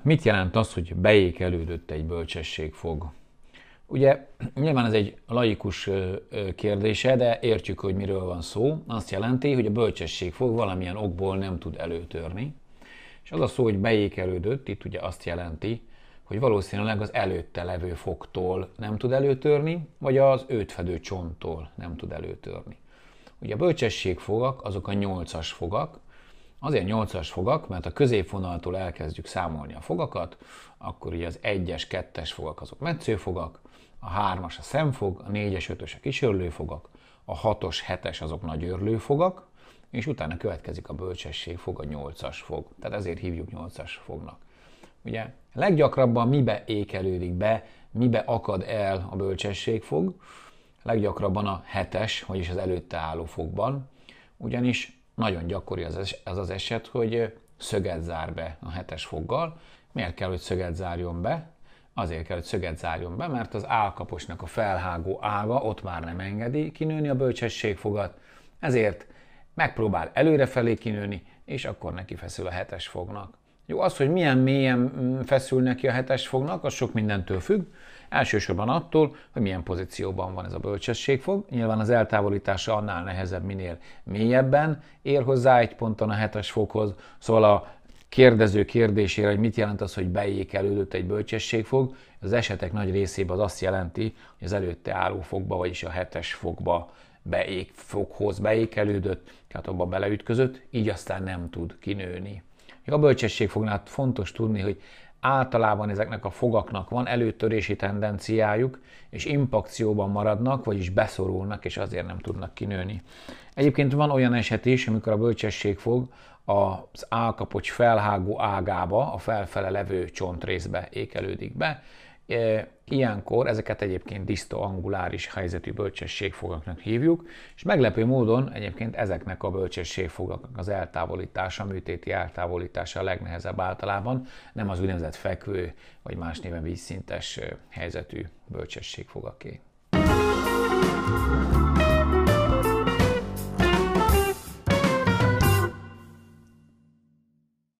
Mit jelent az, hogy beékelődött egy bölcsességfog? Ugye nyilván ez egy laikus kérdése, de értjük, hogy miről van szó. Azt jelenti, hogy a bölcsességfog valamilyen okból nem tud előtörni. És az a szó, hogy beékelődött, itt ugye azt jelenti, hogy valószínűleg az előtte levő fogtól nem tud előtörni, vagy az őt fedő csonttól nem tud előtörni. Ugye a bölcsességfogak azok a 8-as fogak. Azért 8-as fogak, mert a középvonaltól elkezdjük számolni a fogakat, akkor ugye az 1-es, 2-es fogak azok metszőfogak, a 3-as a szemfog, a 4-es, 5-ös a kisörlőfogak, a 6-os, 7-es azok nagy örlőfogak, és utána következik a bölcsességfog, a 8-as fog. Tehát ezért hívjuk 8-as fognak. Ugye leggyakrabban mibe ékelődik be, mibe akad el a bölcsességfog? Leggyakrabban a 7-es, vagyis az előtte álló fogban, ugyanis nagyon gyakori az eset, hogy szöget zár be a 7-es foggal. Miért kell, hogy szöget zárjon be? Azért kell, hogy szöget zárjon be, mert az állkaposnak a felhágó ága ott már nem engedi kinőni a bölcsességfogat, ezért megpróbál előrefelé kinőni, és akkor neki feszül a 7-es fognak. Jó, az, hogy milyen mélyen feszül neki a 7-es fognak, az sok mindentől függ. Elsősorban attól, hogy milyen pozícióban van ez a bölcsességfog. Nyilván az eltávolítása annál nehezebb, minél mélyebben ér hozzá egy ponton a 7-es foghoz. Szóval a kérdező kérdésére, hogy mit jelent az, hogy beékelődött egy bölcsességfog, az esetek nagy részében az azt jelenti, hogy az előtte álló fogba, vagyis a 7-es fogba foghoz beékelődött, tehát abba beleütközött, így aztán nem tud kinőni. A bölcsességfognál fontos tudni, hogy általában ezeknek a fogaknak van előtörési tendenciájuk, és impakcióban maradnak, vagyis beszorulnak, és azért nem tudnak kinőni. Egyébként van olyan eset is, amikor a bölcsességfog az állkapocs felhágó ágába, a felfele levő csontrészbe ékelődik be. Ilyenkor ezeket egyébként disztoanguláris helyzetű bölcsességfogaknak hívjuk, és meglepő módon egyébként ezeknek a bölcsességfogaknak az eltávolítása, műtéti eltávolítása a legnehezebb általában, nem az úgynevezett fekvő, vagy más néven vízszintes helyzetű bölcsességfogaké.